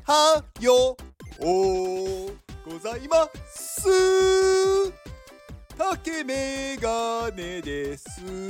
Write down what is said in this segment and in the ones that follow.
はようございます竹メガネです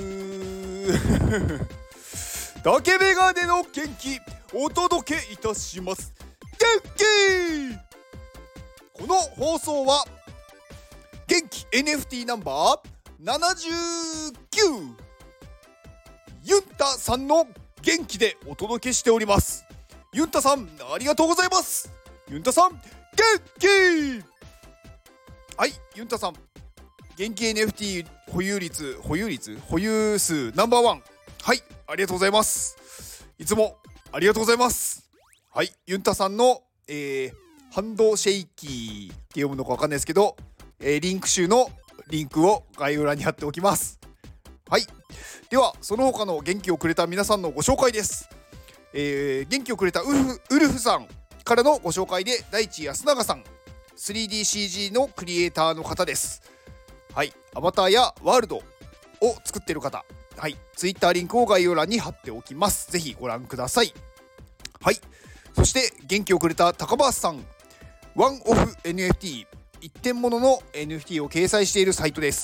竹メガネの元気お届けいたします。元気。この放送は元気 NFT ナンバー79ユンタさんの元気でお届けしております。ユンタさんありがとうございます。ユンタさん元気。はい、ユンタさん元気 NFT 保有数ナンバーワン。はい、ありがとうございます。いつもありがとうございます。はい、ユンタさんの、ハンドシェイキーって読むのか分かんないですけど、リンク集のリンクを概要欄に貼っておきます。はい、ではその他の元気をくれた皆さんのご紹介です。元気をくれたウルフさんからのご紹介で、大地安永さん 3DCG のクリエイターの方です。はい、アバターやワールドを作っている方、はい、Twitter リンクを概要欄に貼っておきます。ぜひご覧ください。はい、そして元気をくれた高橋さん、ワンオフ NFT 一点物の NFT を掲載しているサイトです。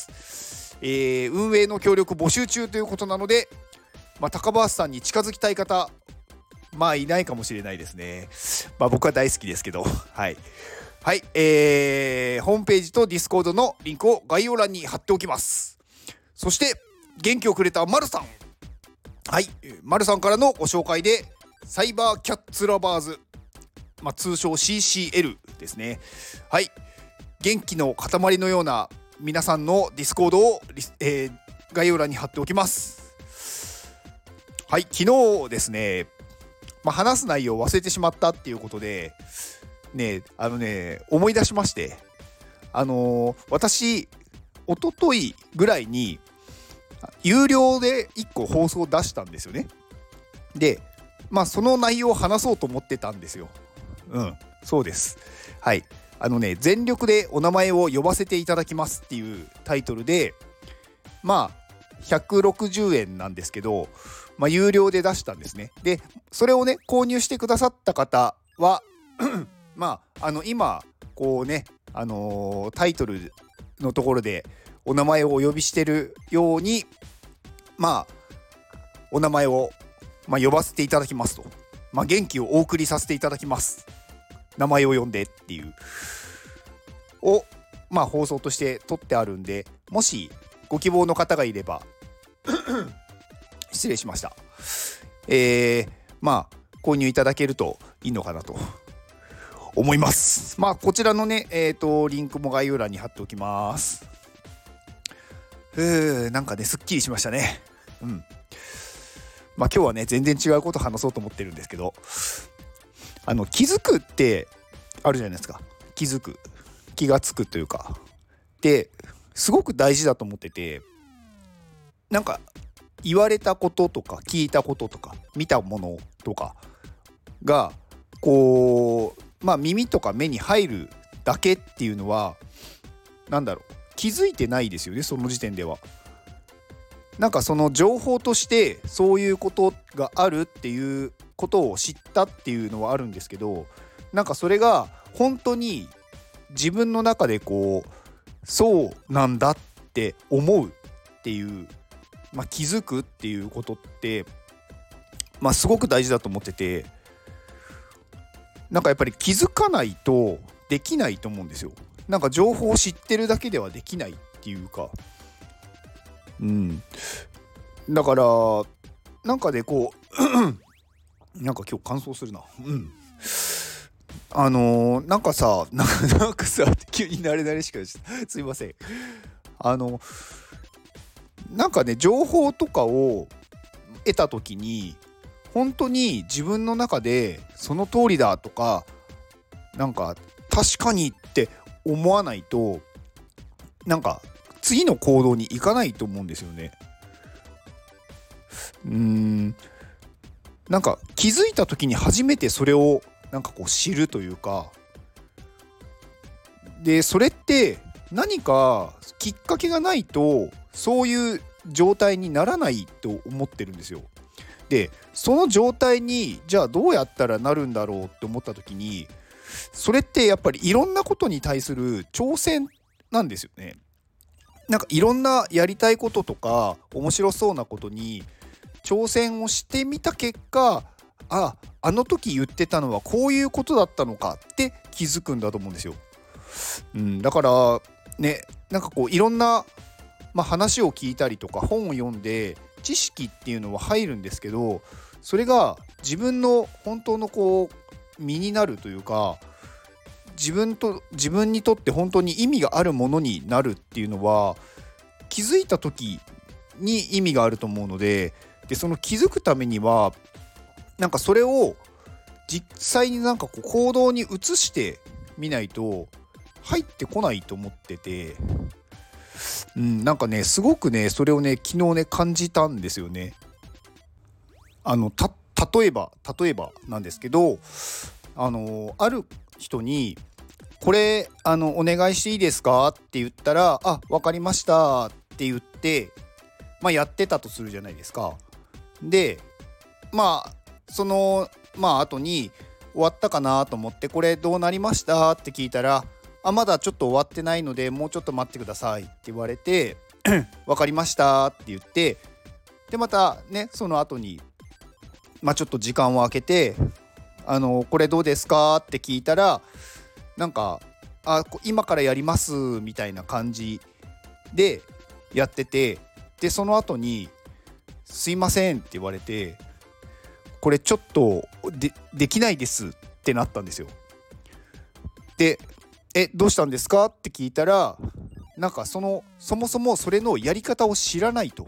運営の協力募集中ということなので、高橋さんに近づきたい方いないかもしれないですね。僕は大好きですけどはいはい、ホームページとディスコードのリンクを概要欄に貼っておきます。そして元気をくれたマルさん、はい、マルさんからのご紹介でサイバーキャッツラバーズ、通称 CCL ですね。はい、元気の塊のような皆さんのディスコードを、概要欄に貼っておきます。はい、昨日ですね、話す内容を忘れてしまったっていうことで思い出しまして、私一昨日ぐらいに有料で1個放送を出したんですよね。でその内容を話そうと思ってたんですよ。そうです。はい、全力でお名前を呼ばせていただきますっていうタイトルで160円なんですけど、有料で出したんですね。でそれをね購入してくださった方は今こうねタイトルのところでお名前をお呼びしてるようにお名前を呼ばせていただきますと、元気をお送りさせていただきます、名前を呼んでっていうを放送として撮ってあるんで、もしご希望の方がいれば失礼しました。購入いただけるといいのかなと思います。こちらのねリンクも概要欄に貼っておきます。なんかねすっきりしましたね。今日はね全然違うこと話そうと思ってるんですけど、気づくってあるじゃないですか。気がつくというかですごく大事だと思ってて、なんか言われたこととか聞いたこととか見たものとかが耳とか目に入るだけっていうのは気づいてないですよね、その時点では。その情報としてそういうことがあるっていうことを知ったっていうのはあるんですけど、それが本当に自分の中でそうなんだって思うっていう気づくっていうことってすごく大事だと思ってて、やっぱり気づかないとできないと思うんですよ。情報を知ってるだけではできないっていうか、だから今日乾燥するな。急に慣れ慣れしくすいません。情報とかを得た時に本当に自分の中でその通りだとか確かにって思わないと次の行動に行かないと思うんですよね。気づいた時に初めてそれを知るというか、でそれって何かきっかけがないとそういう状態にならないと思ってるんですよ。 でその状態にじゃあどうやったらなるんだろうって思った時に、それってやっぱりいろんなことに対する挑戦なんですよね。なんかいろんなやりたいこととか面白そうなことに挑戦をしてみた結果、あの時言ってたのはこういうことだったのかって気づくんだと思うんですよ。だからね、なんかこういろんな、話を聞いたりとか本を読んで知識っていうのは入るんですけど、それが自分の本当のこう身になるというか、自分にとって本当に意味があるものになるっていうのは気づいた時に意味があると思うので、その気づくためにはなんかそれを実際になんかこう行動に移してみないと入ってこないと思ってて、なんかねすごくねそれをね昨日ね感じたんですよね。例えばなんですけど、ある人にこれお願いしていいですかって言ったら、わかりましたって言って、やってたとするじゃないですか。でその後に終わったかなと思って、これどうなりましたって聞いたら、まだちょっと終わってないのでもうちょっと待ってくださいって言われてわかりましたって言って、でまたねその後にちょっと時間を空けてこれどうですかって聞いたら、なんか今からやりますみたいな感じでやってて、でその後にすいませんって言われて、これちょっと できないですってなったんですよ。でどうしたんですかって聞いたら、なんかそもそもそれのやり方を知らないと。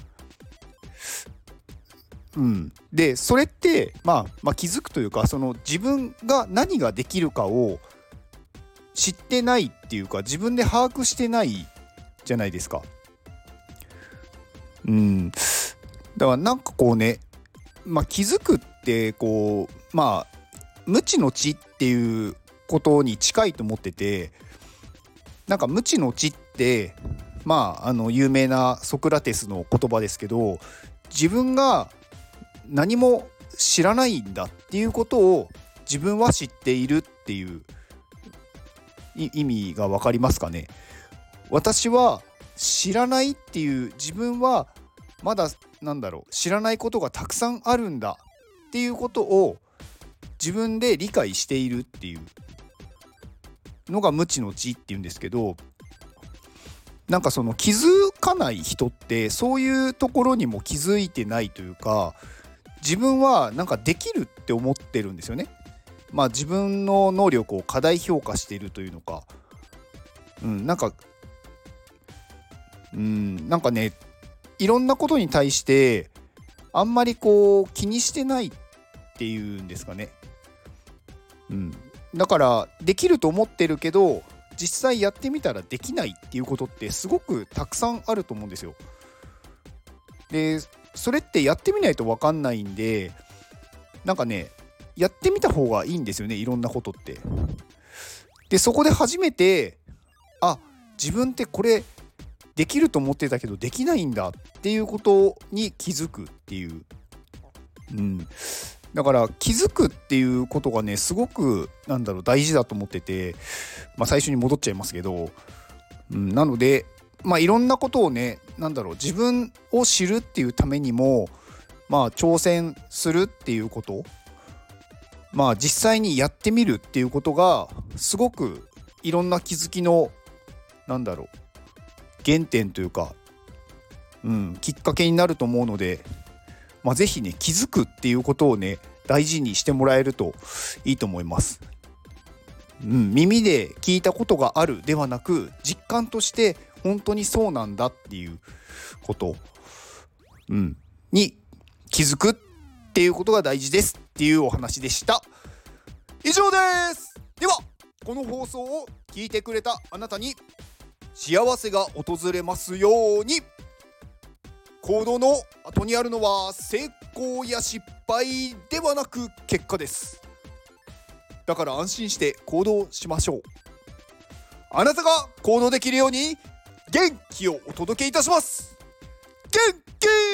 でそれって気づくというか、その自分が何ができるかを知ってないっていうか、自分で把握してないじゃないですか。だからなんかこうね、気づくってこう無知の知っていうことに近いと思ってて、なんか無知の知って有名なソクラテスの言葉ですけど、自分が何も知らないんだっていうことを自分は知っているっていう意味が分かりますかね。私は知らないっていう、自分はまだ知らないことがたくさんあるんだっていうことを自分で理解しているっていうのが無知の知っていうんですけど、なんかその気づかない人ってそういうところにも気づいてないというか、自分はなんかできるって思ってるんですよね。自分の能力を過大評価しているというのか、なんかね、いろんなことに対してあんまりこう気にしてないっていうんですかね。だからできると思ってるけど実際やってみたらできないっていうことってすごくたくさんあると思うんですよ。でそれってやってみないと分かんないんで、なんかねやってみた方がいいんですよね、いろんなことって。でそこで初めて自分ってこれできると思ってたけどできないんだっていうことに気づくっていう、だから気づくっていうことがねすごく大事だと思ってて、最初に戻っちゃいますけど、なのでいろんなことをね自分を知るっていうためにも挑戦するっていうこと、実際にやってみるっていうことがすごくいろんな気づきの原点というか、きっかけになると思うので、ぜひね気づくっていうことをね大事にしてもらえるといいと思います。耳で聞いたことがあるではなく、実感として本当にそうなんだっていうこと、に気づくっていうことが大事ですっていうお話でした。以上です。ではこの放送を聞いてくれたあなたに幸せが訪れますように。行動の後にあるのは成功や失敗ではなく結果です。だから安心して行動しましょう。あなたが行動できるように元気をお届けいたします。元気